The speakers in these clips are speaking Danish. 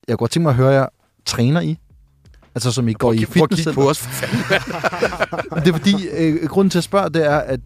Jeg kunne tænke mig at høre jer træner I. Altså som I går i fitnesscenter. På os, for fanden. Det er fordi, grunden til at spørge, det er, at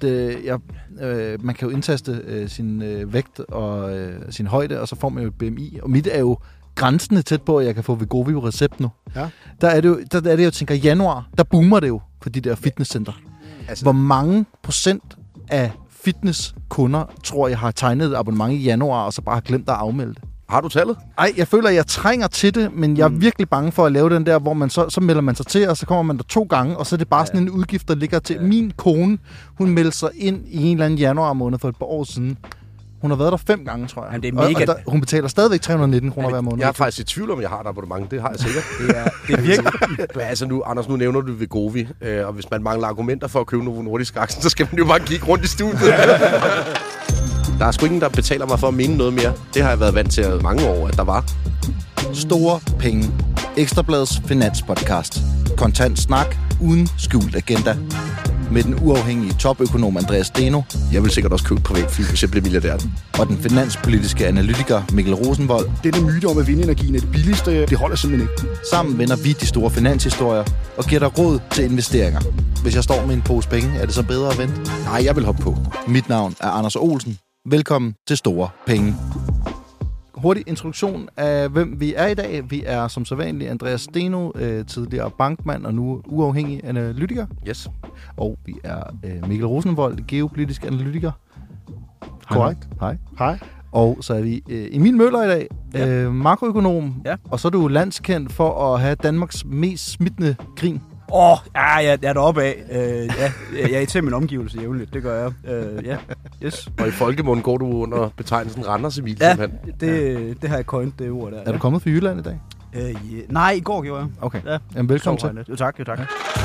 man kan jo indtaste sin vægt og sin højde, og så får man jo et BMI. Og mit er jo grænsende tæt på, at jeg kan få Wegovy på recept nu. Ja. Der er det jo, tænker januar, der boomer det jo for de der fitnesscenter. Altså, hvor mange procent af fitnesskunder tror jeg har tegnet et abonnement i januar, og så bare har glemt at afmelde det? Har du tallet? Ej, jeg føler, at jeg trænger til det, men jeg er virkelig bange for at lave den der, hvor man så melder man sig til, og så kommer man der 2 gange, og så er det bare sådan en udgift, der ligger til. Min kone, hun meldte sig ind i en eller anden januar måned for et par år siden. Hun har været der 5 gange, tror jeg. Jamen, det er mega... og hun betaler stadigvæk 319 kroner hver måned. Jeg er faktisk i tvivl om, jeg har et abonnement. Det har jeg sikkert. Det er virkelig... Altså nu, Anders, nu nævner du Wegovy, og hvis man mangler argumenter for at købe Novo Nordisk aktier, så skal man jo bare kigge rundt i studiet. Der er sgu ingen, der betaler mig for at mene noget mere. Det har jeg været vant til mange år, at der var. Store penge. Ekstrabladets finanspodcast. Kontant snak uden skjult agenda. Med den uafhængige topøkonom Andreas Steno. Jeg vil sikkert også købe privatfly, hvis jeg bliver milliardær. Og den finanspolitiske analytiker Mikkel Rosenvold. Denne myte om, at vindenergien er det billigste, det holder simpelthen ikke. Sammen vender vi de store finanshistorier og giver dig råd til investeringer. Hvis jeg står med en pose penge, er det så bedre at vente? Nej, jeg vil hoppe på. Mit navn er Anders Olsen. Velkommen til Store Penge. Hurtig introduktion af, hvem vi er i dag. Vi er som sædvanligt Andreas Steno, tidligere bankmand og nu uafhængig analytiker. Yes. Og vi er Mikkel Rosenvold, geopolitisk analytiker. Korrekt. Hej. Og så er vi Emil Møller i dag, makroøkonom. Ja. Og så er du landskendt for at have Danmarks mest smittende grin. Jeg er deroppe af. Jeg er til min omgivelse jævnligt, det gør jeg. Yes. Og i folkemunden går du under betegnelsen Randers Emil. Ja, det har jeg coined, det ord der. Er du kommet fra Jylland i dag? Nej, i går gjorde jeg. Okay. Ja. Jamen, velkommen til. Jo tak. Ja.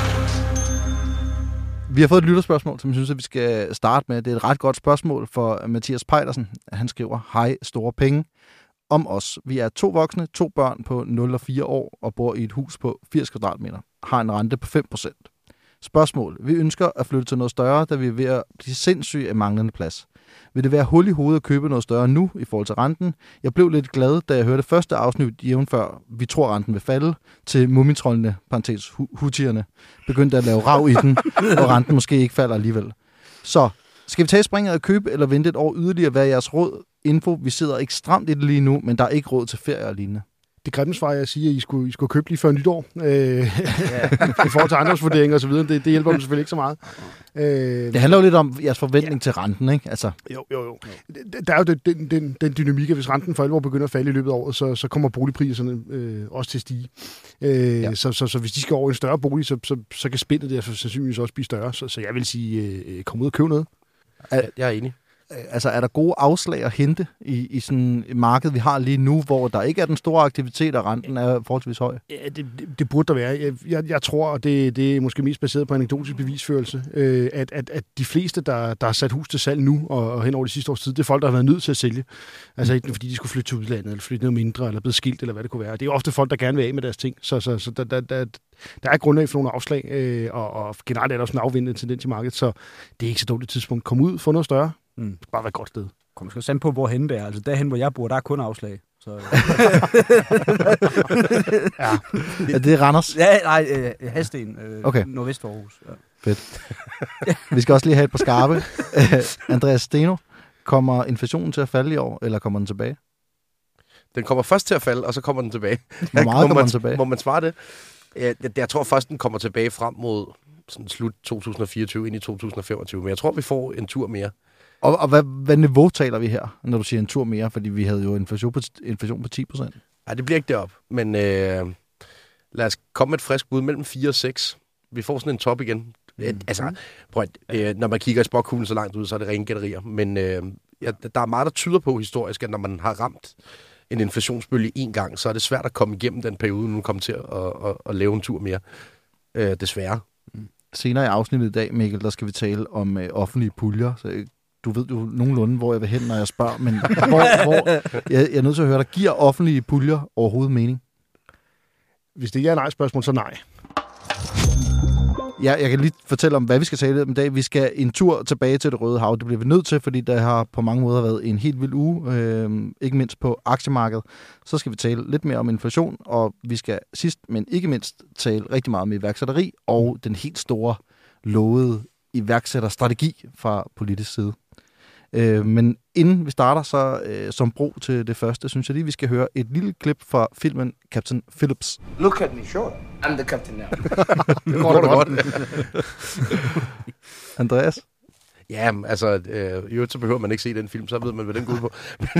Vi har fået et lytterspørgsmål, som jeg synes, at vi skal starte med. Det er et ret godt spørgsmål for Mathias Pejdersen. Han skriver, hej, store penge. Om os. Vi er 2 voksne, 2 børn på 0 og 4 år og bor i et hus på 80 kvadratmeter. Har en rente på 5%. Spørgsmål. Vi ønsker at flytte til noget større, da vi er ved at blive sindssyge af manglende plads. Vil det være hul i hovedet at købe noget større nu i forhold til renten? Jeg blev lidt glad, da jeg hørte første afsnit jævnfør vi tror, renten vil falde, til mumitrollene, parentes hutierne, begyndte at lave rav i den, og renten måske ikke falder alligevel. Så skal vi tage springet og købe, eller vente et år yderligere? Hvad er jeres råd? Info, vi sidder ekstremt i det lige nu, men der er ikke råd til ferie og lignende. Det grimme svar, jeg siger, at I skulle købe lige før nytår. I forhold til andres vurderinger og så videre. Det hjælper dem selvfølgelig ikke så meget. Det handler jo lidt om jeres forventning til renten, ikke? Altså. Jo. Der er jo den dynamik, at hvis renten for alvor begynder at falde i løbet af året, så kommer boligpriserne også til at stige. Så hvis de skal over en større bolig, så kan spændet der sandsynligvis også blive større. Så jeg vil sige, kom ud og køb noget. Jeg er enig. Altså, er der gode afslag at hente i sådan et marked, vi har lige nu, hvor der ikke er den store aktivitet, og renten er forholdsvis høj? Ja, det burde der være. Jeg tror, og det er måske mest baseret på anekdotisk bevisførelse, at de fleste, der har sat hus til salg nu, og hen over de sidste års tid, det er folk, der har været nødt til at sælge. Altså ikke fordi de skulle flytte til udlandet, eller flytte noget mindre, eller blevet skilt, eller hvad det kunne være. Det er ofte folk, der gerne vil af med deres ting. Så der er grundlag for nogle afslag, og generelt er der også en afvindende tendens i markedet, så det er ikke så dårligt tidspunkt. Kom ud, få noget større. Bare være et godt sted. Kom måske sand på, hvorhen det er. Altså derhen, hvor jeg bor, der er kun afslag. Så... Ja, det er Randers? Ja, nej, Hadsten, okay. Nordvest for Aarhus. Ja. Fedt. Vi skal også lige have et par skarpe. Andreas Steno, kommer inflationen til at falde i år, eller kommer den tilbage? Den kommer først til at falde, og så kommer den tilbage. Hvor meget kommer den tilbage? Må man svare det? Jeg tror først, den kommer tilbage frem mod sådan slut 2024 ind i 2025, men jeg tror, vi får en tur mere. Og hvad niveau taler vi her, når du siger en tur mere? Fordi vi havde jo inflation på 10%. Nej, det bliver ikke derop, men lad os komme med et frisk bud mellem 4 og 6. Vi får sådan en top igen. Altså, når man kigger i spåkuglen så langt ud, så er det rene gætterier. Men der er meget, der tyder på historisk, at når man har ramt en inflationsbølge en gang, så er det svært at komme igennem den periode, nu kommer til at lave en tur mere. Desværre. Senere i afsnittet i dag, Mikkel, der skal vi tale om offentlige puljer. Så du ved jo nogenlunde, hvor jeg vil hen, når jeg spørger, men jeg er nødt til at høre, der giver offentlige puljer overhovedet mening? Hvis det er ja-nej-spørgsmål, så nej. Jeg kan lige fortælle om, hvad vi skal tale om i dag. Vi skal en tur tilbage til Det Røde Hav. Det bliver vi nødt til, fordi der har på mange måder været en helt vild uge, ikke mindst på aktiemarkedet. Så skal vi tale lidt mere om inflation, og vi skal sidst, men ikke mindst, tale rigtig meget om iværksætteri og den helt store lovede iværksætterstrategi fra politisk side. Men inden vi starter, så som bro til det første, synes jeg lige, vi skal høre et lille klip fra filmen Captain Phillips. Look at me, sure. I'm the captain now. Nu går det godt. Andreas? Ja, altså, i øvrigt så behøver man ikke se den film, så ved man, hvad den går ud på.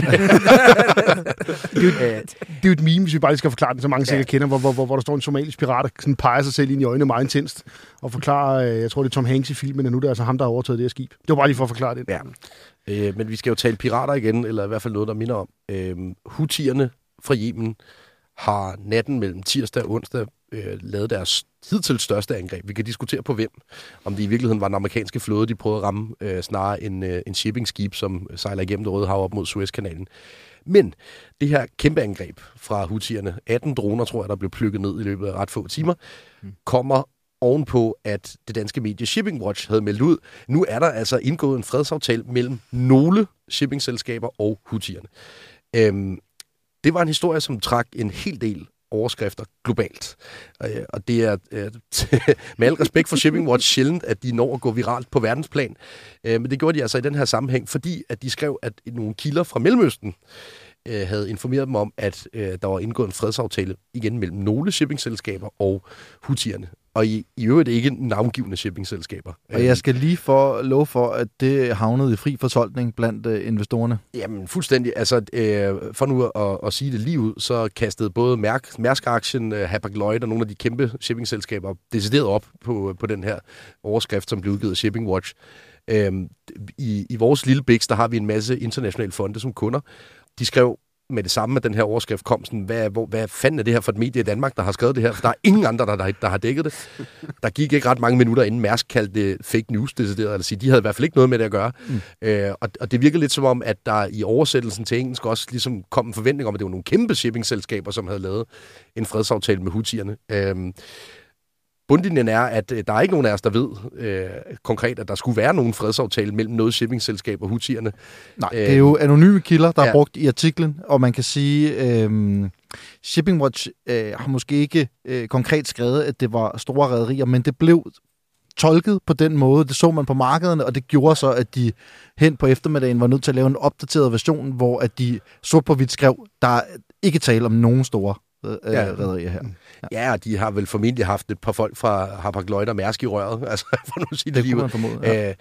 Det er jo et meme, hvis vi bare lige skal forklare den, så mange sikkert kender, hvor der står en somalisk pirat, der sådan peger sig selv ind i øjnene meget intenst, og forklarer, jeg tror det er Tom Hanks i filmen, og nu det er altså ham, der har overtaget det her skib. Det var bare lige for at forklare det. Ja. Men vi skal jo tale pirater igen, eller i hvert fald noget, der minder om. Houthierne fra Yemen har natten mellem tirsdag og onsdag lavet deres hidtil største angreb. Vi kan diskutere på hvem. Om det i virkeligheden var den amerikanske flåde, de prøvede at ramme, snarere en shippingskib, som sejler igennem Det Røde Hav op mod Suezkanalen. Men det her kæmpe angreb fra Houthierne, 18 droner, tror jeg, der blev plukket ned i løbet af ret få timer, kommer ovenpå, at det danske medie Shipping Watch havde meldt ud. Nu er der altså indgået en fredsaftale mellem nogle shippingselskaber og Houthierne. Det var en historie, som trak en hel del overskrifter globalt. Og det er med al respekt for Shipping Watch sjældent, at de når at gå viralt på verdensplan. Men det gjorde de altså i den her sammenhæng, fordi at de skrev, at nogle kilder fra Mellemøsten havde informeret dem om, at der var indgået en fredsaftale igen mellem nogle shippingselskaber og Houthierne. Og i øvrigt ikke navngivende shippingselskaber. Og jeg skal lige love for, at det havnede i fri fortolkning blandt investorerne. Jamen, fuldstændig. Altså, for nu at sige det lige ud, så kastede både Mærsk-aktien, Hapag-Lloyd og nogle af de kæmpe shippingselskaber decideret op på den her overskrift, som blev udgivet af Shipping Watch. I vores lille biks, der har vi en masse internationale fonde som kunder. De skrev med det samme, at den her overskrift kom sådan, hvad fanden er det her for et medie i Danmark, der har skrevet det her? For der er ingen andre, der har dækket det. Der gik ikke ret mange minutter, inden Mærsk kaldte det fake news, decideret. Altså, de havde i hvert fald ikke noget med det at gøre. Og det virker lidt som om, at der i oversættelsen til engelsk også ligesom kom en forventning om, at det var nogle kæmpe shippingselskaber, som havde lavet en fredsaftale med Houthierne. Bundlinjen er, at der er ikke nogen af os, der ved konkret, at der skulle være nogen fredsaftale mellem noget shippingselskab og Houthierne. Nej, det er jo anonyme kilder, der er brugt i artiklen, og man kan sige, Shipping Watch har måske ikke konkret skrevet, at det var store rederier, men det blev tolket på den måde. Det så man på markederne, og det gjorde så, at de hen på eftermiddagen var nødt til at lave en opdateret version, hvor at de sort på hvidt skrev, der er ikke tale om nogen store rederier her. Ja, og de har vel formentlig haft et par folk fra Hapag-Lloyd og Mærsk i røret. Altså, for nu at sige det lige ud.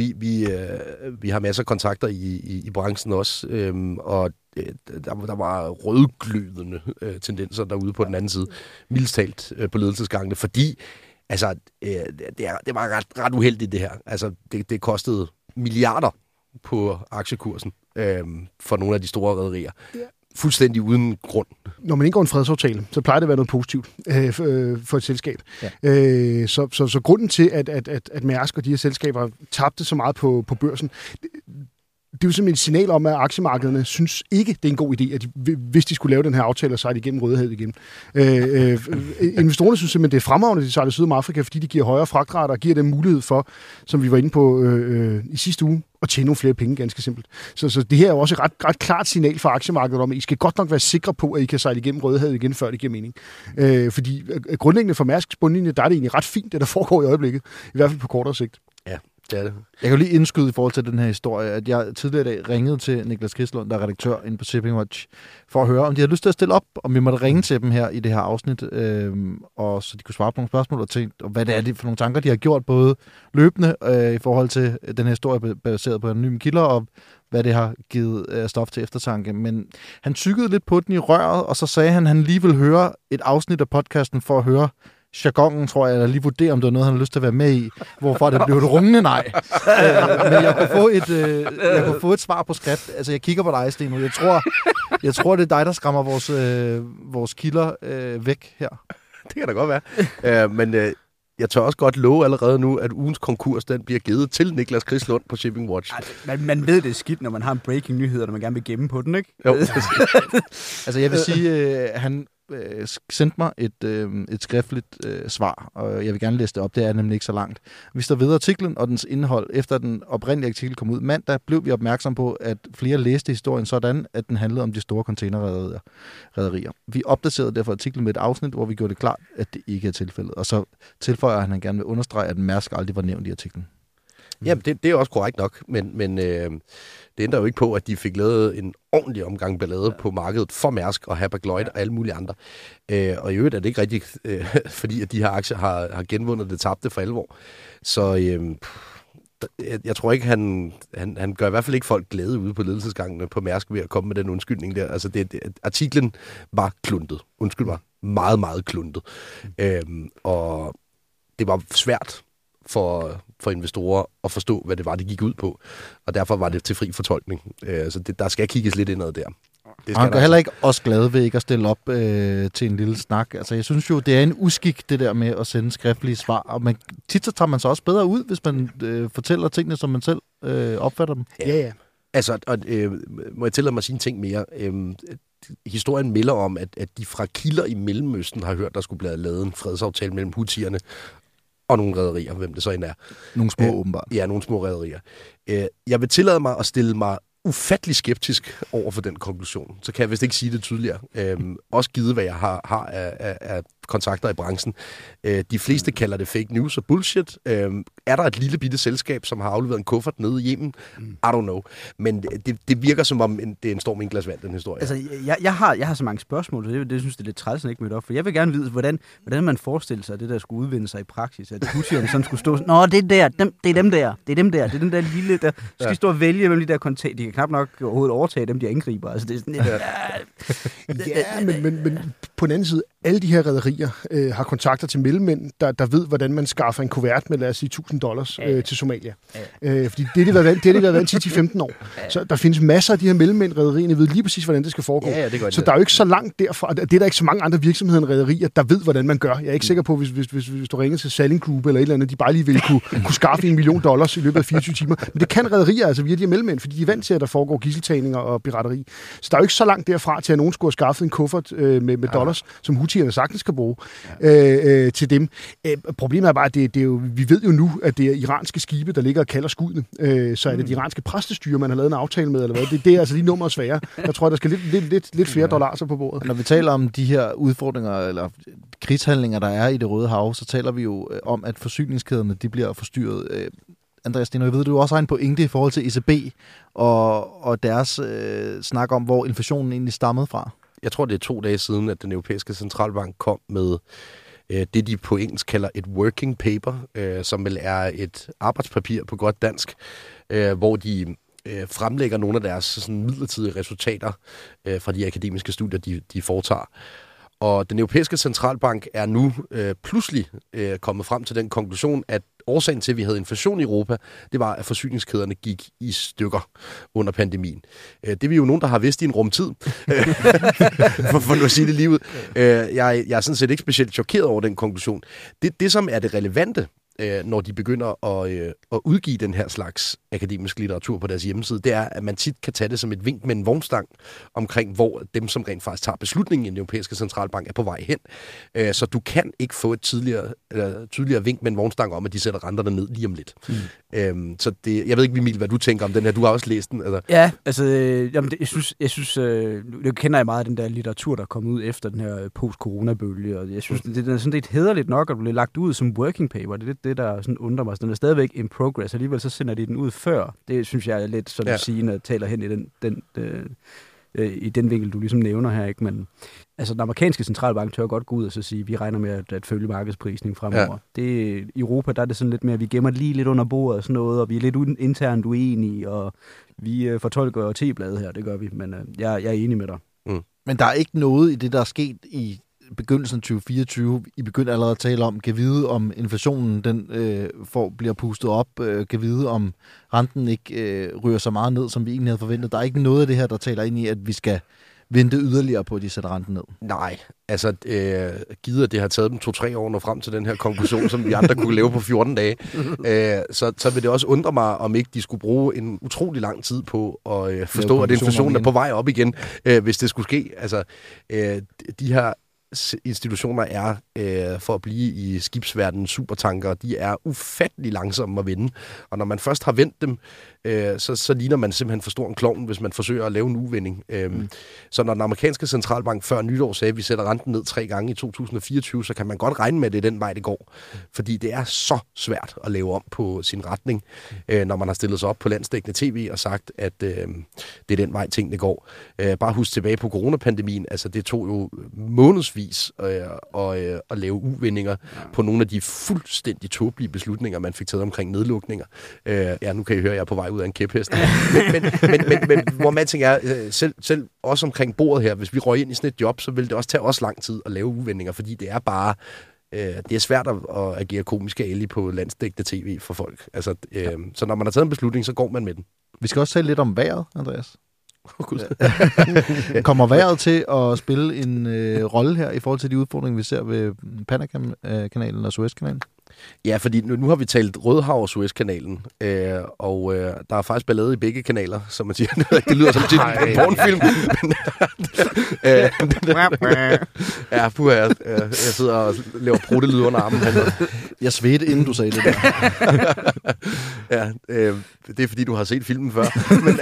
Vi har masser af kontakter i branchen også, og der var rødglødende tendenser derude på den anden side. Mildest talt på ledelsesgangene, fordi altså, det var ret uheldigt det her. Altså, det kostede milliarder på aktiekursen for nogle af de store rederier. Fuldstændig uden grund. Når man indgår en fredsaftale, så plejer det at være noget positivt for et selskab. Ja. Så grunden til, at Mærsk og de her selskaber tabte så meget på børsen, det er jo simpelthen et signal om, at aktiemarkederne synes ikke, det er en god idé, at hvis de skulle lave den her aftale og sejle igennem Rødehavet igen. Investorerne synes simpelthen, det er fremragende, at de sejler Syd- Afrika, fordi de giver højere fragtrater og giver dem mulighed for, som vi var inde på i sidste uge, at tjene nogle flere penge, ganske simpelt. Så det her er jo også et ret klart signal for aktiemarkedet om, at I skal godt nok være sikre på, at I kan sejle igennem Rødehavet igen, før det giver mening. Fordi grundlæggende for Mærsks bundlinje, der er det egentlig ret fint, det der foregår i øjeblikket. I hvert fald på kortere sigt. Ja. Det er det. Jeg kan jo lige indskyde i forhold til den her historie, at jeg tidligere i dag ringede til Niklas Krislund, der er redaktør inde på Shipping Watch, for at høre, om de havde lyst til at stille op, om vi måtte ringe til dem her i det her afsnit, og så de kunne svare på nogle spørgsmål og hvad det er for nogle tanker, de har gjort, både løbende i forhold til den her historie baseret på anonyme kilder, og hvad det har givet stof til eftertanke. Men han tykkede lidt på den i røret, og så sagde han, at han lige ville høre et afsnit af podcasten for at høre jargonen, tror jeg, eller lige vurdere, om det var noget, han har lyst til at være med i. Hvorfor det blev et rungende nej. Men jeg kunne få et svar på skrift. Altså, jeg kigger på dig, Sten. Jeg tror, det er dig, der skræmmer vores kilder væk her. Det kan da godt være. Men jeg tør også godt love allerede nu, at ugens konkurs, den bliver givet til Niklas Krislund på Shipping Watch. Man ved, det er skidt, når man har en breaking nyhed, og man gerne vil gemme på den, ikke? Jo. Altså, jeg vil sige, han sendt mig et skriftligt svar, og jeg vil gerne læse det op. Det er nemlig ikke så langt. Vi står ved artiklen og dens indhold. Efter den oprindelige artikel kom ud mandag, blev vi opmærksom på, at flere læste historien sådan, at den handlede om de store containerrederier. Vi opdaterede derfor artiklen med et afsnit, hvor vi gjorde det klart, at det ikke er tilfældet. Og så tilføjer han gerne vil understrege, at Mærsk aldrig var nævnt i artiklen. Jamen, det er også korrekt nok, men det ændrer jo ikke på, at de fik lavet en ordentlig omgang ballade på markedet for Mærsk og Hapag-Lloyd og alle mulige andre. Og i øvrigt er det ikke rigtigt, fordi at de her aktier har genvundet det tabte for alvor. Så jeg tror ikke, han gør i hvert fald ikke folk glade ude på ledelsesgangene på Mærsk ved at komme med den undskyldning der. Altså, artiklen var kluntet. Undskyld mig. Meget, meget kluntet. Og det var svært for investorer at forstå, hvad det var, det gik ud på. Og derfor var det til fri fortolkning. Så der skal kigges lidt indad der. Han gør heller ikke også glad ved ikke at stille op til en lille snak. Altså, jeg synes jo, det er en uskik, det der med at sende skriftlige svar. Og tit så tager man sig også bedre ud, hvis man fortæller tingene, som man selv opfatter dem. Ja. Altså, må jeg tillade mig at sige en ting mere? Historien melder om, at de fra kilder i Mellemøsten har hørt, der skulle blive lavet en fredsaftale mellem Houthierne og nogle rederier, hvem det så end er. Nogle små åbenbart. Ja, nogle små rederier. Jeg vil tillade mig at stille mig ufattelig skeptisk over for den konklusion. Så kan jeg vist ikke sige det tydeligere. Også givet, hvad jeg har af kontakter i branchen. De fleste kalder det fake news og bullshit. Er der et lille bitte selskab, som har afleveret en kuffert nede i Yemen? I don't know. Men det virker som om, det er en storm i en glas vand, den historie. Altså, jeg har så mange spørgsmål, så det synes jeg er lidt træls, ikke mødt op. For jeg vil gerne vide, hvordan man forestiller sig, at det der skulle udvinde sig i praksis. At Houthierne sådan skulle stå sådan, det er der, det er dem der, det er dem der, det er den der lille der. Så skal de stå og vælge, hvem de der container. De kan knap nok overhovedet overtage dem, de angriber. Altså, det er sådan men på den anden side, alle de her rederier har kontakter til mellemmænd, der ved, hvordan man skaffer en kuvert med, lad os sige, $1.000 til Somalia. Fordi det har de været vant 10-15 år. Så der findes masser af de her mellemmænd rederierne ved lige præcis, hvordan det skal foregå. Så der er jo ikke så langt derfra. Det er der ikke så mange andre virksomheder end rederier, der ved, hvordan man gør. Jeg er ikke sikker på, hvis du ringer til Salling Group eller et eller andet, de bare lige vil kunne skaffe $1 million i løbet af 24 timer. Men det kan rederier altså via de her mellemmænd, fordi de er vant til, at der foregår gidseltagninger og pirateri. Så der er jo ikke så langt derfra til, at nogen skulle have skaffet en kuffert med dollars, som Houthierne sagtens kan bruge til dem. Problemet er bare, at det er jo, vi ved jo nu, at det er iranske skibe, der ligger og kalder skuddene. Så er det de iranske præstestyre, man har lavet en aftale med, eller hvad? Det er altså lige nummeret svære. Jeg tror, der skal lidt flere dollars på bordet. Når vi taler om de her udfordringer, eller krigshandlinger, der er i Det Røde Hav, så taler vi jo om, at forsyningskæderne de bliver forstyrret. Andreas Steno, jeg ved, du også har en pointe i forhold til ECB og deres snak om, hvor inflationen egentlig stammede fra. Jeg tror, det er 2 dage siden, at den europæiske centralbank kom med det, de på engelsk kalder et working paper, som vel er et arbejdspapir på godt dansk, hvor de fremlægger nogle af deres sådan, midlertidige resultater fra de akademiske studier, de foretager. Og den europæiske centralbank er nu pludselig kommet frem til den konklusion, at årsagen til, at vi havde inflation i Europa, det var, at forsyningskæderne gik i stykker under pandemien. Det er vi jo nogen, der har vidst i en rumtid, for nu at sige det lige ud. Jeg er sådan set ikke specielt chokeret over den konklusion. Det som er det relevante, når de begynder at udgive den her slags akademisk litteratur på deres hjemmeside, det er, at man tit kan tage det som et vink med en vognstang omkring, hvor dem, som rent faktisk tager beslutningen i den europæiske centralbank, er på vej hen. Så du kan ikke få et tydeligere vink med en vognstang om, at de sætter renterne ned lige om lidt. Så jeg ved ikke, Emil, hvad du tænker om den her. Du har også læst den. Altså. Ja, altså, jeg synes nu kender jeg meget af den der litteratur, der er kommet ud efter den her post-corona-bølge, og jeg synes, det er sådan lidt hæderligt nok, at du bliver lagt ud som working paper. Det er det, der sådan undrer mig. Den er stadigvæk in progress. Alligevel så sender de den ud før. Det synes jeg er lidt sådan at sige, når jeg taler hen i den vinkel, du ligesom nævner her, ikke? Men altså, den amerikanske centralbank tør godt gå ud og så sige, at vi regner med at følge markedsprisning fremover. Ja. I Europa, der er det sådan lidt mere, at vi gemmer lige lidt under bordet og sådan noget, og vi er lidt internt uenige, og vi fortolker T-bladet her, det gør vi, men jeg er enig med dig. Mm. Men der er ikke noget i det, der er sket i begyndelsen af 2024, I begyndte allerede at tale om, kan vide om inflationen den bliver pustet op, kan vide om renten ikke ryger så meget ned, som vi egentlig havde forventet. Der er ikke noget af det her, der taler ind i, at vi skal vente yderligere på, at de sætter renten ned. Nej, altså givet at det har taget dem 2-3 år at nå frem til den her konklusion, som vi andre kunne leve på 14 dage, så vil det også undre mig, om ikke de skulle bruge en utrolig lang tid på at forstå, at inflationen er på vej op igen, hvis det skulle ske. Altså, de her institutioner er, for at blive i skibsverdenen, supertanker, de er ufattelig langsomme at vinde. Og når man først har vendt dem, så ligner man simpelthen for stor en klovn, hvis man forsøger at lave en uvending. Så når den amerikanske centralbank før nytår sagde, at vi sætter renten ned 3 gange i 2024, så kan man godt regne med, at det er den vej, det går. Fordi det er så svært at lave om på sin retning, når man har stillet sig op på landsdækkende tv og sagt, at det er den vej, tingene går. Bare husk tilbage på coronapandemien. Altså, det tog jo månedsvis at lave uvendinger på nogle af de fuldstændig tåbelige beslutninger, man fik taget omkring nedlukninger. Nu kan I høre, at jeg er på vej ud af en kæphest. men hvor man tænker, selv også omkring bordet her, hvis vi røg ind i sådan et job, så vil det også tage os lang tid at lave uvendinger, fordi det er bare... det er svært at agere komiske ali på landsdækkende tv for folk. Altså, så når man har taget en beslutning, så går man med den. Vi skal også tale lidt om vejret, Andreas. Kommer vejret til at spille en rolle her i forhold til de udfordringer, vi ser ved Panama-kanalen og Suezkanalen? Ja, fordi nu har vi talt Rødhav og Suezkanalen, og der er faktisk ballade i begge kanaler, som man siger. Det lyder som en pornofilm. Ja, puha, jeg sidder og laver pruttelyd under armen. Jeg svedte, inden du sagde det der. Ja, det er fordi, du har set filmen før.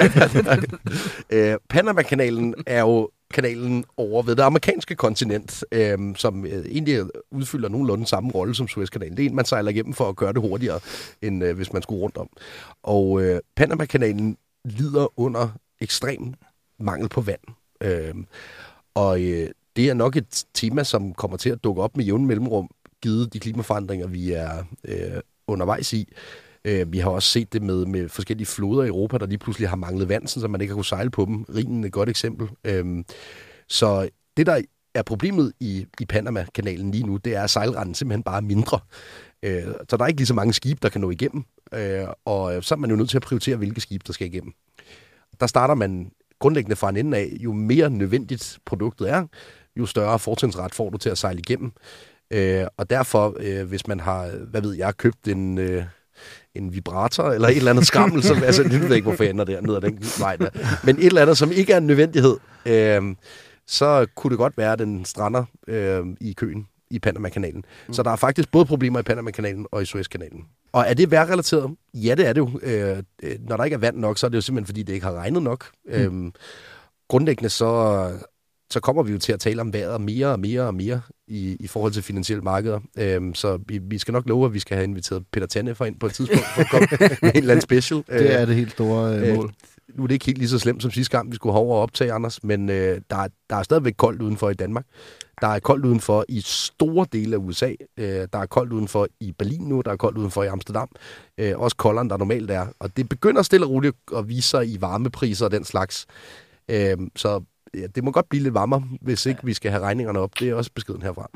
Panama-kanalen er jo kanalen over ved det amerikanske kontinent, som egentlig udfylder nogenlunde samme rolle som Suezkanalen. Det er en, man sejler igennem for at gøre det hurtigere, end hvis man skulle rundt om. Og Panama-kanalen lider under ekstrem mangel på vand. Det er nok et tema, som kommer til at dukke op med jævne mellemrum, givet de klimaforandringer, vi er undervejs i. Vi har også set det med forskellige floder i Europa, der lige pludselig har manglet vand, så man ikke har kunnet sejle på dem. Rhinen er et godt eksempel. Så det, der er problemet i Panama-kanalen lige nu, det er, at sejlranden simpelthen bare er mindre. Så der er ikke lige så mange skibe, der kan nå igennem. Og så er man jo nødt til at prioritere, hvilke skibe, der skal igennem. Der starter man grundlæggende fra en ende af. Jo mere nødvendigt produktet er, jo større fortrinsret får du til at sejle igennem. Og derfor, hvis man har, købt en vibrator eller et eller andet skrammel, som, altså, jeg ved ikke, hvorfor jeg ender der ned ad den vej der. Men et eller andet, som ikke er en nødvendighed, så kunne det godt være, at den strander i køen i Panama-kanalen. Så der er faktisk både problemer i Panama-kanalen og i Suezkanalen. Og er det vejrrelateret? Ja, det er det jo. Når der ikke er vand nok, så er det jo simpelthen, fordi det ikke har regnet nok. Grundlæggende så kommer vi jo til at tale om vejret mere og mere og mere i forhold til finansielle markeder. Så vi skal nok love, at vi skal have inviteret Peter Tanne for ind på et tidspunkt for at komme med en eller anden special. Det er det helt store mål. Nu er det ikke helt lige så slemt som sidste gang, vi skulle over og optage, Anders, men der er stadigvæk koldt udenfor i Danmark. Der er koldt udenfor i store dele af USA. Der er koldt udenfor i Berlin nu, der er koldt udenfor i Amsterdam. Også koldere, end der normalt er. Og det begynder stille og roligt at vise sig i varmepriser og den slags. Så ja, det må godt blive lidt varmere, hvis ikke vi skal have regningerne op. Det er også beskeden herfra.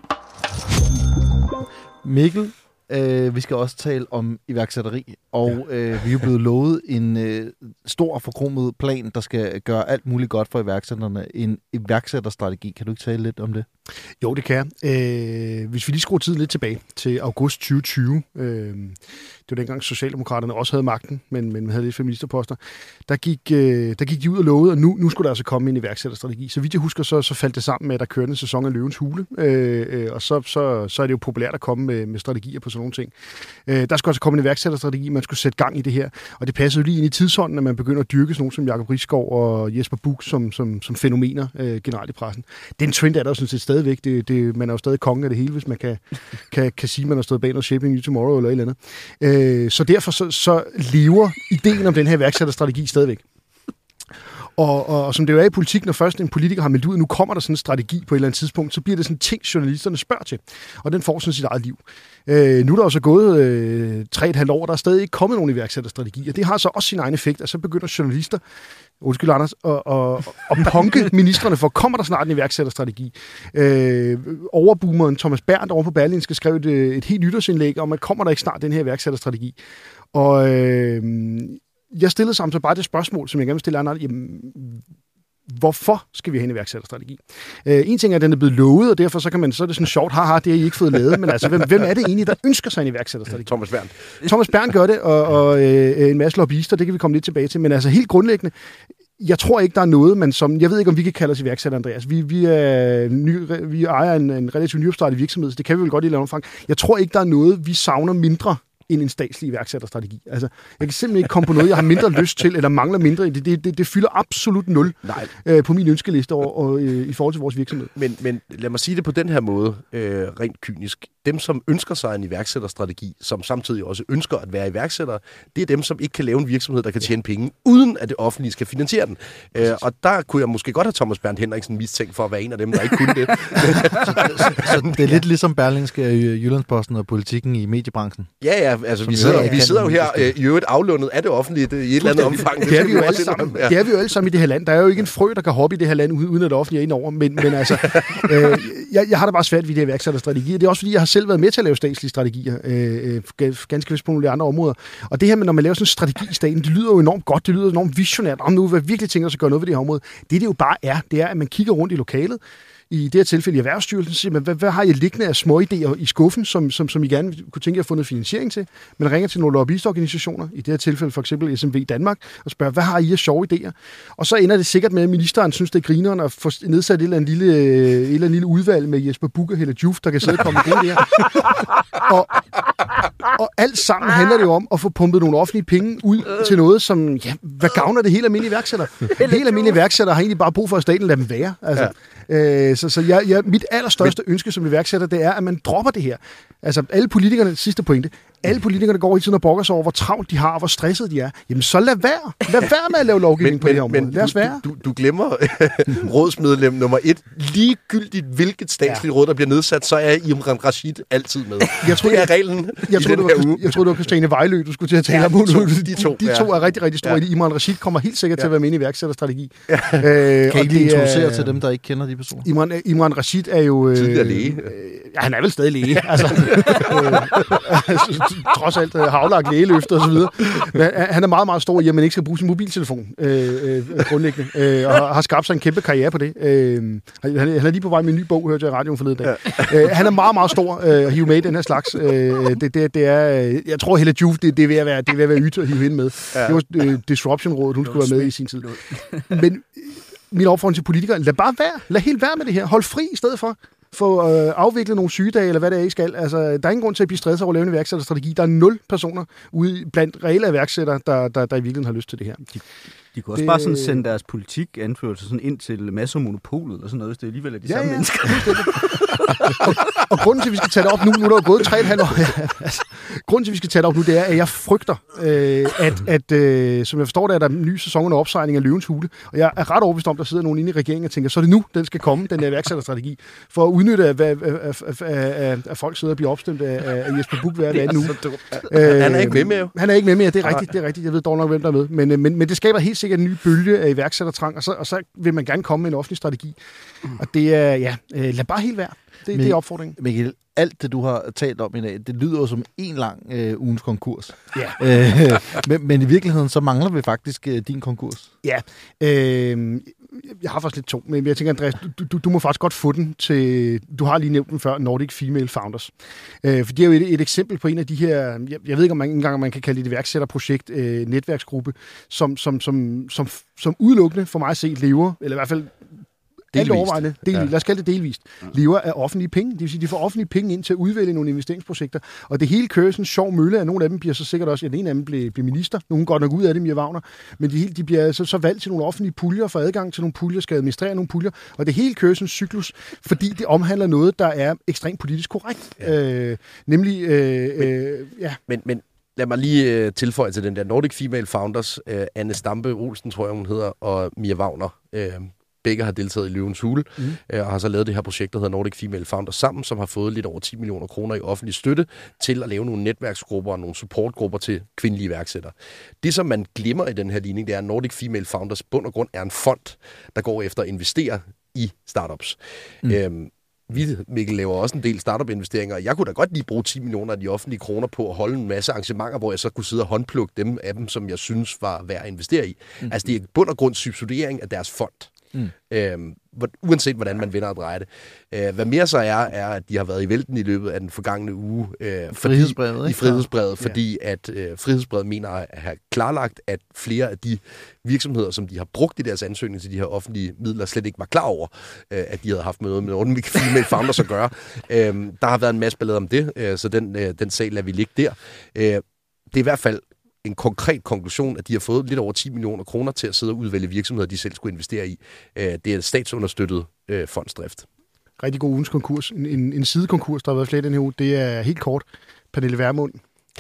Mikkel, vi skal også tale om iværksætteri, og vi er jo blevet lovet en stor forkromet plan, der skal gøre alt muligt godt for iværksætterne. En iværksætterstrategi. Kan du ikke tale lidt om det? Jo, det kan jeg. Hvis vi lige skruer tiden lidt tilbage til august 2020, det var dengang Socialdemokraterne også havde magten, men havde lidt feministerposter, der gik de ud og lovede, og nu skulle der altså komme en iværksætterstrategi. Så vidt jeg husker, så faldt det sammen med, at der kørte en sæson af Løvens Hule, og så er det jo populært at komme med strategier på sådan nogle ting. Der skulle altså komme en iværksætterstrategi, man skulle sætte gang i det her, og det passede jo lige ind i tidsånden, at man begynder at dyrke sådan nogle som Jacob Risskov og Jesper Buch som fænomener generelt i pressen. Den trend er der jo sådan set stadigvæk. Man er jo stadig kongen af det hele, hvis man kan sige, at man har stået bag noget Shaping New Tomorrow eller et eller andet. Så derfor så lever ideen om den her iværksætterstrategi stadigvæk. Og som det jo er i politik, når først en politiker har meldt ud, at nu kommer der sådan en strategi på et eller andet tidspunkt, så bliver det sådan en ting, journalisterne spørger til. Og den får sådan sit eget liv. Nu er der også gået 3,5 år, der er stadig ikke kommet nogen iværksætterstrategi, og det har så også sin egen effekt, og så begynder journalister, undskyld Anders, at punke ministrene for, kommer der snart en iværksætterstrategi? Overboomeren Thomas Berndt over på Berlingske skrev et helt nytårsindlæg om, at kommer der ikke snart den her iværksætterstrategi? Og jeg stillede samtidig bare det spørgsmål, som jeg gerne vil stille andre. Hvorfor skal vi have en iværksætterstrategi? En ting er, at den er blevet lovet, og derfor så er det sådan sjovt, haha, det har I ikke fået lavet, men altså, hvem er det egentlig, der ønsker sig en iværksætterstrategi? Thomas Berndt. Thomas Berndt gør det, og en masse lobbyister, det kan vi komme lidt tilbage til, men altså helt grundlæggende, Jeg tror ikke, der er noget, man som... Jeg ved ikke, om vi kan kalde os iværksætter, Andreas. Vi ejer en relativt nyopstartet virksomhed, så det kan vi vel godt i et omfang. Jeg tror ikke, der er noget, vi savner mindre end en statslig iværksætterstrategi. Altså, jeg kan simpelthen ikke komme på noget, jeg har mindre lyst til, eller mangler mindre. Det fylder absolut 0 på min ønskeliste i forhold til vores virksomhed. Men lad mig sige det på den her måde, rent kynisk. Dem, som ønsker sig en iværksætterstrategi, som samtidig også ønsker at være iværksættere, det er dem, som ikke kan lave en virksomhed, der kan tjene penge, uden at det offentlige skal finansiere den. Og der kunne jeg måske godt have Thomas Bernd Henriksen mistænkt for at være en af dem, der ikke kunne det. Så det er lidt ligesom Berlingske Jyllandsposten og politikken i mediebranchen. Ja, altså vi sidder jo her i øvrigt aflønnet af det offentlige i et eller andet omfang. Det er vi jo alle sammen. Det er vi jo alle sammen i det her land. Der er jo ikke en frø, der kan hoppe i det her land, uden at det offentlige er indover. Men altså, jeg har det bare svært ved det iværksætterstrategier. Det er også fordi, jeg har selv været med til at lave statslige strategier, ganske vist på nogle andre områder. Og det her med, når man laver sådan en strategi i staten, det lyder jo enormt godt, det lyder enormt visionært. Om nu vil virkelig tænke os at gøre noget ved det her område. Det jo bare er, det er, at man kigger rundt i lokalet, i det her tilfælde i Erhvervsstyrelsen, siger man, hvad har I liggende af små idéer i skuffen, som I gerne kunne tænke jer at få noget finansiering til? Man ringer til nogle lobbyistorganisationer, i det her tilfælde for eksempel SMV Danmark, og spørger, hvad har I af sjove idéer? Og så ender det sikkert med, at ministeren synes, det er grineren at få nedsat et eller andet lille udvalg med Jesper Buch og Helle Juf, der kan sidde og komme med gode idéer. Og alt sammen handler det jo om at få pumpet nogle offentlige penge ud til noget, som, ja, hvad gavner det helt almindelige iværksætter? Helt almindelige iværksætter har egentlig bare brug for, at staten lader dem være. Altså, Så mit allerstørste ønske som iværksætter, det er, at man dropper det her. Altså alle politikerne, sidste pointe, alle politikerne går i tiden og brokker sig over, hvor travlt de har, og hvor stresset de er. Jamen så lad være. Lad være med at lave lovgivning på det her område. Lad os være. Du glemmer rådsmedlem nummer 1. Ligegyldigt hvilket statsligt råd, der bliver nedsat, så er Imran Rashid altid med. Jeg tror, det er reglen jeg tror, det var Christiane Vejlø, du skulle til at tale om. De to er rigtig, rigtig store. Ja. Imran Rashid kommer helt sikkert til at være med i iværksætterstrategi. Ja. Kan I lige introducere til dem, der ikke kender de personer? Imran Rashid er jo... tidligere læge. Han er vel stadig læge. Altså, trods alt havlagt lægeløfter og så videre. Men han er meget, meget stor i, at man ikke skal bruge sin mobiltelefon grundlæggende. Og har skabt sig en kæmpe karriere på det. Han er lige på vej med en ny bog, hørte jeg i radioen forleden dag. Han er meget, meget stor at hive med i den her slags. Det er, jeg tror, Helle Juf, det er ved at være ydt at hive hende med. Ja. Det var Disruption-rådet, hun skulle være med i sin tid. Men min opfordring til politikere, lad bare være. Lad helt være med det her. Hold fri i stedet for. Få afviklet nogle sygedage, eller hvad det er, I skal. Altså, der er ingen grund til at blive stresset over at lave en iværksætterstrategi. Der er 0 personer ude blandt reelle iværksættere, der i virkeligheden har lyst til det her. De kunne også bare sådan sende deres politik-anførelse sådan ind til Massemonopolet eller sådan noget, hvis det alligevel er de samme mennesker. Og grunden til, at vi skal tage det op nu er der jo gået 3,5 år. Grunden til, at vi skal tage det op nu, det er, at jeg frygter, at som jeg forstår det, er der en ny sæson under opsejling af Løvens Hule. Og jeg er ret overbevist om, der sidder nogen inde i regeringen og tænker, så er det nu, den skal komme, den der iværksætterstrategi, for at udnytte, at folk sidder og bliver opstemt af Jesper Buch hver anden uge. Han er ikke med mere. Han er ikke med mere, det er rigtigt. Jeg ved dog nok, hvem der er med. Men det skaber helt sikkert en ny bølge af iværksættertrang, og så vil man gerne komme med en offentlig strategi. Og det er, lad bare helt være. Det er opfordringen. Mikkel, alt det, du har talt om i dag, det lyder jo som en lang ugens konkurs. Ja. Men i virkeligheden, så mangler vi faktisk din konkurs. Ja. Jeg har faktisk lidt to, men jeg tænker, Andreas, du må faktisk godt få den til... Du har lige nævnt den før, Nordic Female Founders. For det er jo et eksempel på en af de her... Jeg ved ikke, om man kan kalde det et iværksætterprojekt, netværksgruppe, som udelukkende for mig at se lever, eller i hvert fald lad os kalde det delvist, lever af offentlige penge. Det vil sige, de får offentlige penge ind til at udvælge nogle investeringsprojekter. Og det hele kører sådan en sjov mølle, at nogle af dem bliver så sikkert også, at en af dem bliver minister. Nogle går nok ud af det, Mia Wagner. Men de bliver så valgt til nogle offentlige puljer, for adgang til nogle puljer, skal administrere nogle puljer. Og det hele kører sådan en cyklus, fordi det omhandler noget, der er ekstremt politisk korrekt. Ja. Men lad mig lige tilføje til den der Nordic Female Founders, Anne Stampe Olsen, tror jeg, hun hedder, og Mia Wagner. Begge har deltaget i Løvens Hule, og har så lavet det her projekt, der hedder Nordic Female Founders sammen, som har fået lidt over 10 millioner kroner i offentlig støtte til at lave nogle netværksgrupper og nogle supportgrupper til kvindelige iværksættere. Det, som man glemmer i den her ligning, det er, at Nordic Female Founders bund og grund er en fond, der går efter at investere i startups. Vi, Mikkel, laver også en del startup-investeringer, og jeg kunne da godt lige bruge 10 millioner af de offentlige kroner på at holde en masse arrangementer, hvor jeg så kunne sidde og håndplukke dem af dem, som jeg synes var værd at investere i. Altså, det er bund og grund subsidiering af deres fond. Uanset hvordan man vender og drejer det. Hvad mere så er, at de har været i vælten i løbet af den forgangne uge. Frihedsbrevet, i Frihedsbrevet, fordi at Frihedsbrevet mener at have klarlagt, at flere af de virksomheder, som de har brugt i deres ansøgning til de her offentlige midler, slet ikke var klar over, at de havde haft noget med ordentlige female founders at gøre. Der har været en masse ballade om det, så den sag lader vi ligge der. Det er i hvert fald en konkret konklusion, at de har fået lidt over 10 millioner kroner til at sidde og udvælge virksomheder, de selv skulle investere i. Det er statsunderstøttet fondsdrift. Rigtig god ugens konkurs. En sidekonkurs, der har været flere den her uge. Det er helt kort. Pernille Vermund.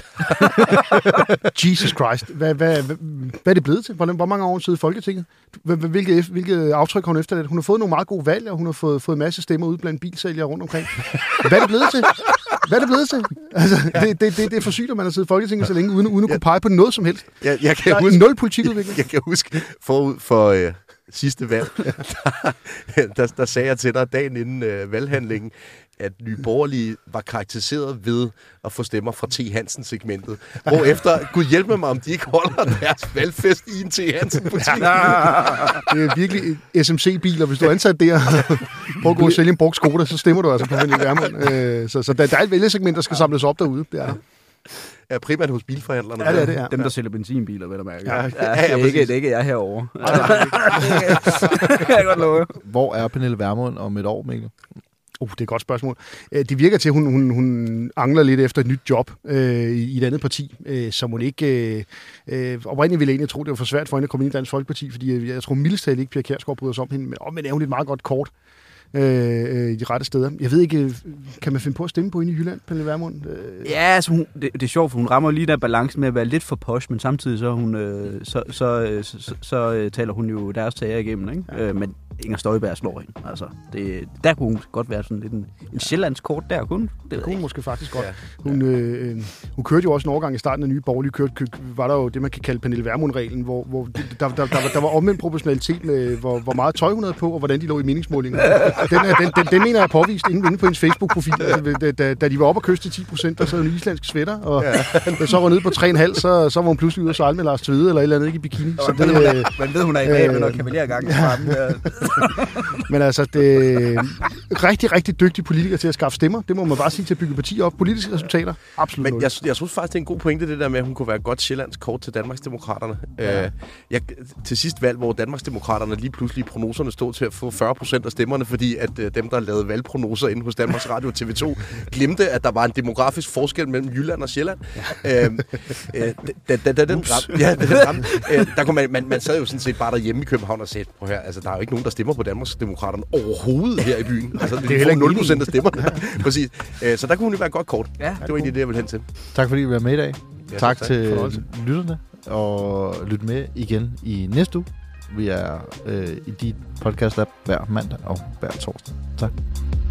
Jesus Christ. Hvad er det blevet til? Hvor mange år siden i Folketinget? Hvilket aftryk har hun efterladt? Hun har fået nogle meget gode valg, og hun har fået en masse stemmer ud blandt bilsælgere rundt omkring. Hvad er det blevet til? Altså, det er for sygt, at man har siddet i Folketinget så længe, uden at kunne pege på noget som helst. Jeg kan huske, nul politikudvikling. Jeg kan huske forud for sidste valg, der sagde jeg til dig dagen inden valghandlingen, at Nye Borgerlige var karakteriseret ved at få stemmer fra T. Hansen-segmentet. Hvorefter, Gud hjælpe mig, om de ikke holder deres valgfest i en T. Hansen-butik. Det er virkelig SMC-biler. Hvis du er ansat der, prøv at gå og sælge en brugt Skoda, så stemmer du altså på Pernille Vermund. Så der er et vælgesegment, der skal samles op derude. Det er Ja, primært hos bilforhandlerne. Ja, det er det, ja. Dem, der sælger benzinbiler, vil jeg mærke. Ja, det er ikke jeg herovre. Det kan jeg godt love. Hvor er Pernille Vermund om et år, Mikkel? Det er et godt spørgsmål. Det virker til, at hun angler lidt efter et nyt job i et andet parti, som hun ikke... oprindeligt ville jeg egentlig tro, det var for svært for hende at komme ind i Dansk Folkeparti, fordi jeg tror mildest talt ikke, Pia Kjærsgaard bryder sig om hende, men er hun et meget godt kort i de rette steder. Jeg ved ikke, kan man finde på at stemme på hende i Jylland, Pernille Vermund? Ja, altså det er sjovt, for hun rammer lige der balance med at være lidt for posh, men samtidig så taler hun jo deres tager igennem, ikke? Ja. Men Inger Støjberg slår hende. Altså, der kunne hun godt være sådan lidt en sjællandskort der, kunne det kunne hun måske faktisk godt. Ja. Hun kørte jo også en overgang i starten af Nye Borgerlige, var der jo det, man kan kalde Pernille Vermund-reglen, hvor der var omvendt proportionalitet med, hvor meget tøj hun havde på, og hvordan de lå i meningsmålinger. Den mener jeg påvist inde på hendes Facebook-profil. Da de var oppe og kyste til 10%, der sad en islandsk svætter, og så var nede på 3,5, så var hun pludselig ude og sejle med Lars Tvede eller et eller andet, ikke i bikini. Så man ved, hun er i dag med noget kavalergang i farten. Men altså, det er rigtig, rigtig dygtige politikere til at skaffe stemmer. Det må man bare sige til at bygge partier op. Politiske resultater, absolut. Men jeg synes faktisk, det er en god pointe, det der med, at hun kunne være et godt sjællandsk kort til Danmarksdemokraterne. Ja. Til sidst valg, hvor Danmarksdemokraterne lige pludselig prognoserne stod til at få 40% af stemmerne, fordi at dem, der lavede valgprognoser inde hos Danmarks Radio og TV2, glemte, at der var en demografisk forskel mellem Jylland og Sjælland. Der kunne man sad jo sådan set bare derhjemme i København og sagde, prøv her, altså der er jo ikke nogen, der stemmer på Danmarksdemokraterne overhovedet her i byen. Altså, det er heller ikke 0% af stemmerne. Præcis. Så der kunne hun jo være godt kort. Ja, det var egentlig det, jeg ville hen til. Tak fordi I var med i dag. Ja, tak til lytterne. Og lyt med igen i næste uge. Vi er i dit podcast-app hver mandag og hver torsdag. Tak.